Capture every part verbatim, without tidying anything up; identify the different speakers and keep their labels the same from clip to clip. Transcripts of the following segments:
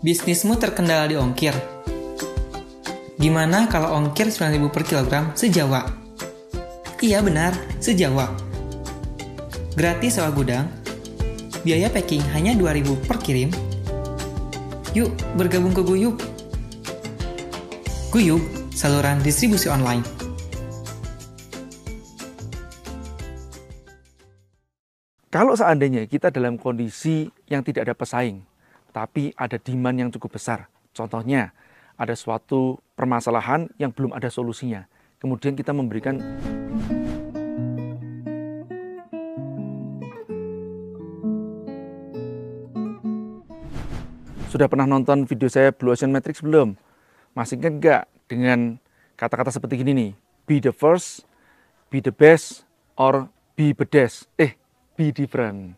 Speaker 1: Bisnismu terkendala di ongkir? Gimana kalau ongkir sembilan ribu per kilogram sejawa? Iya benar, sejawa. Gratis sewa gudang, biaya packing hanya dua ribu per kirim. Yuk bergabung ke Guyub. Guyub, saluran distribusi online.
Speaker 2: Kalau seandainya kita dalam kondisi yang tidak ada pesaing, tapi ada demand yang cukup besar. Contohnya, ada suatu permasalahan yang belum ada solusinya. Kemudian kita memberikan Sudah pernah nonton video saya Blue Ocean Matrix belum? Masih ingat nggak dengan kata-kata seperti ini nih? Be the first, be the best, or be best. Eh, be different.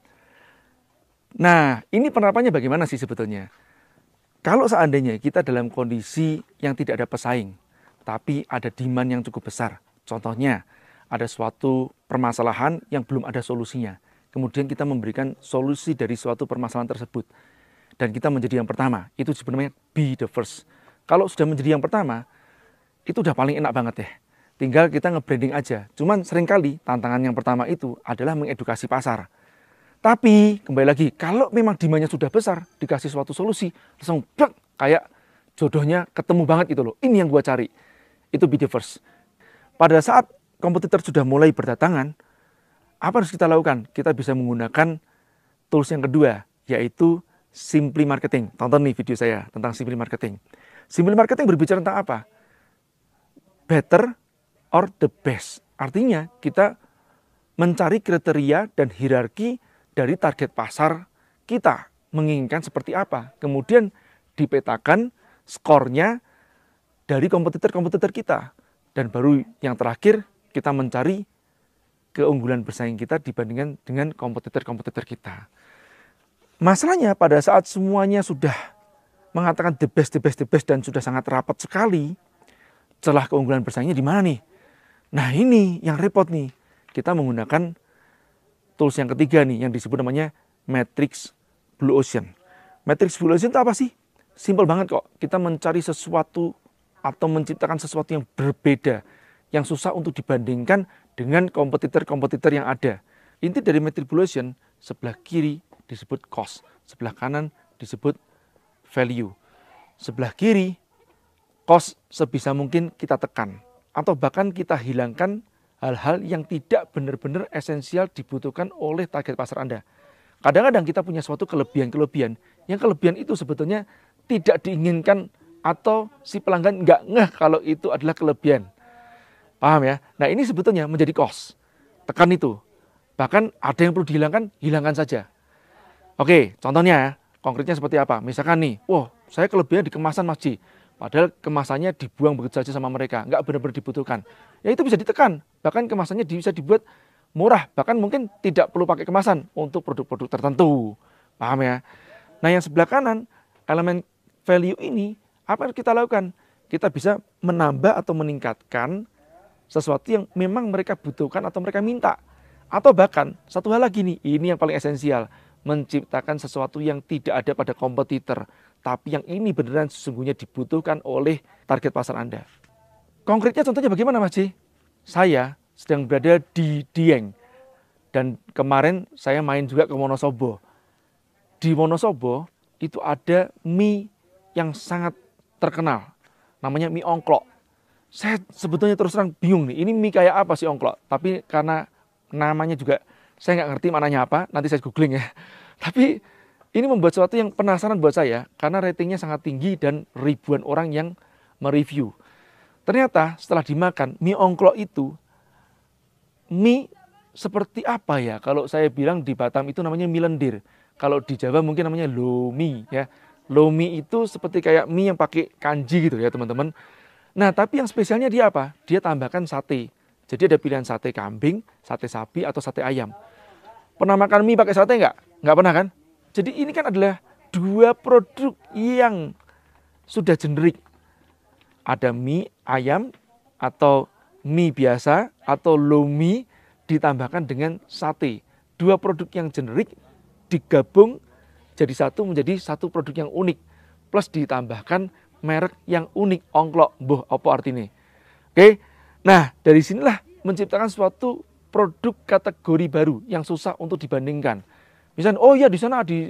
Speaker 2: Nah, ini penerapannya bagaimana sih sebetulnya? Kalau seandainya kita dalam kondisi yang tidak ada pesaing, tapi ada demand yang cukup besar. Contohnya, ada suatu permasalahan yang belum ada solusinya. Kemudian kita memberikan solusi dari suatu permasalahan tersebut. Dan kita menjadi yang pertama. Itu sebenarnya be the first. Kalau sudah menjadi yang pertama, itu udah paling enak banget ya. Tinggal kita nge-branding aja. Cuman seringkali tantangan yang pertama itu adalah mengedukasi pasar. Tapi kembali lagi, kalau memang demandnya sudah besar, dikasih suatu solusi, langsung blek, kayak jodohnya ketemu banget gitu loh. Ini yang gua cari. Itu be the first. Pada saat kompetitor sudah mulai berdatangan, apa harus kita lakukan? Kita bisa menggunakan tools yang kedua, yaitu Simply Marketing. Tonton nih video saya tentang Simply Marketing. Simply Marketing berbicara tentang apa? Better or the best. Artinya kita mencari kriteria dan hierarki dari target pasar kita. Menginginkan seperti apa. Kemudian dipetakan skornya dari kompetitor-kompetitor kita. Dan baru yang terakhir kita mencari keunggulan bersaing kita dibandingkan dengan kompetitor-kompetitor kita. Masalahnya pada saat semuanya sudah mengatakan the best, the best, the best dan sudah sangat rapat sekali, celah keunggulan bersaingnya di mana nih? Nah ini yang repot nih. Kita menggunakan tools yang ketiga nih yang disebut namanya Matrix Blue Ocean. Matrix Blue Ocean itu apa sih? Simpel banget kok. Kita mencari sesuatu atau menciptakan sesuatu yang berbeda, yang susah untuk dibandingkan dengan kompetitor-kompetitor yang ada. Inti dari Matrix Blue Ocean, sebelah kiri disebut cost, sebelah kanan disebut value. Sebelah kiri, cost sebisa mungkin kita tekan, atau bahkan kita hilangkan hal-hal yang tidak benar-benar esensial dibutuhkan oleh target pasar Anda. Kadang-kadang kita punya suatu kelebihan-kelebihan, yang kelebihan itu sebetulnya tidak diinginkan atau si pelanggan nggak ngeh kalau itu adalah kelebihan. Paham ya? Nah ini sebetulnya menjadi cost. Tekan itu. Bahkan ada yang perlu dihilangkan, hilangkan saja. Oke, contohnya ya, konkretnya seperti apa? Misalkan nih, wah saya kelebihan di kemasan Mas Ji. Padahal kemasannya dibuang begitu saja sama mereka, nggak benar-benar dibutuhkan. Ya itu bisa ditekan, bahkan kemasannya bisa dibuat murah, bahkan mungkin tidak perlu pakai kemasan untuk produk-produk tertentu. Paham ya? Nah yang sebelah kanan, elemen value ini, apa yang kita lakukan? Kita bisa menambah atau meningkatkan sesuatu yang memang mereka butuhkan atau mereka minta. Atau bahkan, satu hal lagi nih, ini yang paling esensial, menciptakan sesuatu yang tidak ada pada kompetitor, tapi yang ini beneran sesungguhnya dibutuhkan oleh target pasar Anda. Konkretnya contohnya bagaimana Mas Ji? Saya sedang berada di Dieng, dan kemarin saya main juga ke Wonosobo. Di Wonosobo itu ada mie yang sangat terkenal, namanya mie ongklok. Saya sebetulnya terus terang bingung nih, ini mie kayak apa sih ongklok? Tapi karena namanya juga saya nggak ngerti maknanya apa, nanti saya googling ya. Tapi ini membuat sesuatu yang penasaran buat saya, karena ratingnya sangat tinggi dan ribuan orang yang mereview. Ternyata setelah dimakan, mie ongklok itu, mie seperti apa ya? Kalau saya bilang di Batam itu namanya mie lendir. Kalau di Jawa mungkin namanya lomi ya. Lomi itu seperti kayak mie yang pakai kanji gitu ya teman-teman. Nah tapi yang spesialnya dia apa? Dia tambahkan sate. Jadi ada pilihan sate kambing, sate sapi, atau sate ayam. Pernah makan mie pakai sate nggak? Nggak pernah kan? Jadi ini kan adalah dua produk yang sudah generik. Ada mie ayam, atau mie biasa, atau lomi ditambahkan dengan sate. Dua produk yang generik digabung jadi satu menjadi satu produk yang unik. plus ditambahkan merek yang unik, ongklok, boh apa artinya. Oke, nah dari sinilah menciptakan suatu produk kategori baru yang susah untuk dibandingkan. Misalnya, oh ya di sana di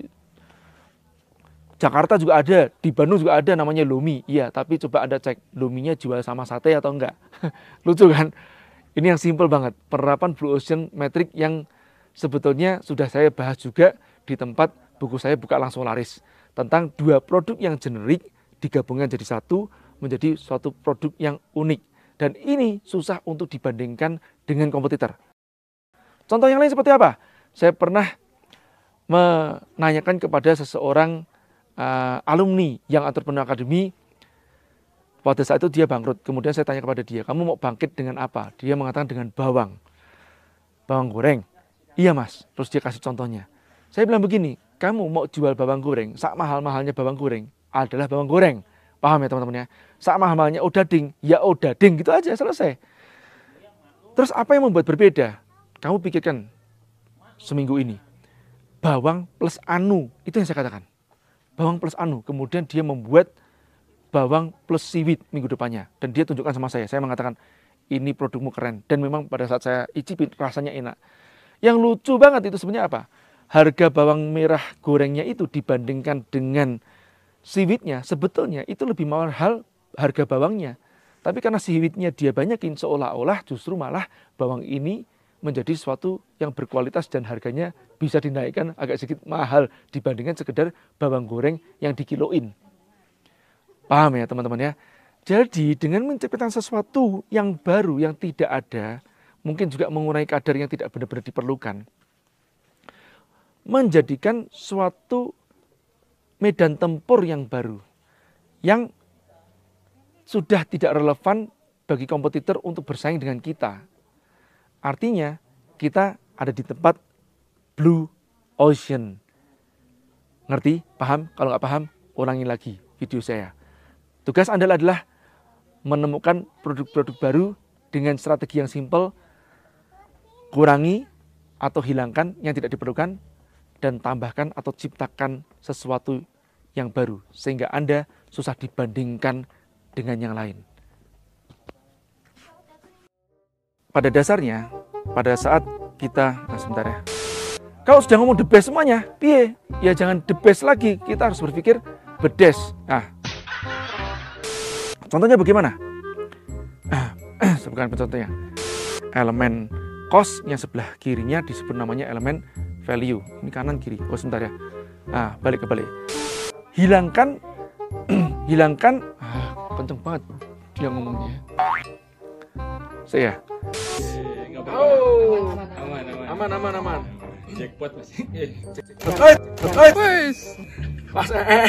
Speaker 2: Jakarta juga ada, di Bandung juga ada namanya Lomi. Iya, tapi coba Anda cek Lominya jual sama sate atau enggak. Lucu kan? Ini yang simple banget. Penerapan Blue Ocean Metric yang sebetulnya sudah saya bahas juga di tempat buku saya Buka Langsung Laris. Tentang dua produk yang generik digabungkan jadi satu menjadi suatu produk yang unik. Dan ini susah untuk dibandingkan dengan kompetitor. Contoh yang lain seperti apa? Saya pernah menanyakan kepada seseorang uh, alumni yang Entrepreneur Academy. Pada saat itu dia bangkrut. Kemudian saya tanya kepada dia, kamu mau bangkit dengan apa? Dia mengatakan dengan bawang. Bawang goreng. Iya mas. Terus dia kasih contohnya. Saya bilang begini, kamu mau jual bawang goreng, sak mahal-mahalnya bawang goreng adalah bawang goreng. Paham ya teman-teman ya? Sak mahal-mahalnya odading, ya odading gitu aja, selesai. Terus apa yang membuat berbeda? Kamu pikirkan seminggu ini. Bawang plus anu, itu yang saya katakan. Bawang plus anu, kemudian dia membuat bawang plus seaweed minggu depannya. Dan dia tunjukkan sama saya, saya mengatakan, ini produkmu keren. Dan memang pada saat saya icipin, rasanya enak. Yang lucu banget itu sebenarnya apa? Harga bawang merah gorengnya itu dibandingkan dengan seaweednya, sebetulnya itu lebih mahal harga bawangnya. Tapi karena seaweednya dia banyakin, seolah-olah justru malah bawang ini menjadi sesuatu yang berkualitas dan harganya bisa dinaikkan agak sedikit mahal dibandingkan sekedar bawang goreng yang dikiloin. Paham ya teman-teman ya? Jadi dengan menciptakan sesuatu yang baru, yang tidak ada, mungkin juga mengurangi kadar yang tidak benar-benar diperlukan, menjadikan suatu medan tempur yang baru, yang sudah tidak relevan bagi kompetitor untuk bersaing dengan kita. Artinya, kita ada di tempat Blue Ocean. Ngerti? Paham? Kalau nggak paham, ulangi lagi video saya. Tugas Anda adalah menemukan produk-produk baru dengan strategi yang simpel, kurangi atau hilangkan yang tidak diperlukan, dan tambahkan atau ciptakan sesuatu yang baru. Sehingga Anda susah dibandingkan dengan yang lain. Pada dasarnya, pada saat kita, nah sebentar ya, kalau sudah ngomong the best semuanya, piye? Ya jangan the best lagi, kita harus berpikir bedes. Nah, contohnya bagaimana? Bukan contohnya. Elemen cost yang sebelah kirinya disebut namanya elemen value. Ini kanan kiri. Oh sebentar ya. Nah, balik ke balik. Hilangkan, hilangkan. Ah, kenceng banget dia ngomongnya. Saya. Oh, aman, aman, aman, aman, aman. Jackpot masih. Jackpot. Wes. Pas eh.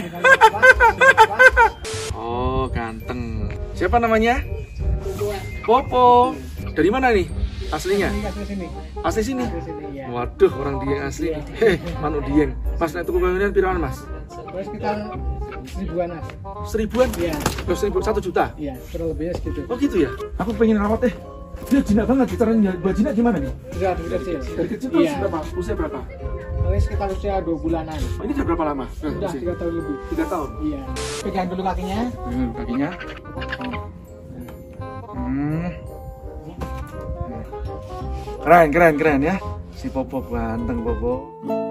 Speaker 2: Oh, ganteng. Siapa namanya? Popo. Dari mana nih? Aslinya? Asli sini. Asli sini? Asli sini ya. Waduh, orang Dieng asli. Iya. Heh, manuk Dieng. Mas nek tuku bangunan pirawan, Mas?
Speaker 3: Sekitar seribuan, Mas.
Speaker 2: Seribuan? Iya. Oh, seribu, satu juta?
Speaker 3: Iya, kurang lebihnya segitu.
Speaker 2: Oh gitu ya? Aku pengen rawat eh. Dia jinak banget, caranya buat jinak gimana nih?
Speaker 3: Sudah dari kecil.
Speaker 2: Dari kecil terus iya. Berapa? Usia berapa?
Speaker 3: Ini sekitar usia dua bulanan.
Speaker 2: Oh, ini sudah berapa lama?
Speaker 3: Sudah tiga tahun lebih.
Speaker 2: Tiga tahun?
Speaker 3: Iya. Pegang dulu kakinya.
Speaker 2: Hmm, kakinya. Hmm. Keren, keren, keren ya. Si Popo ganteng Popo.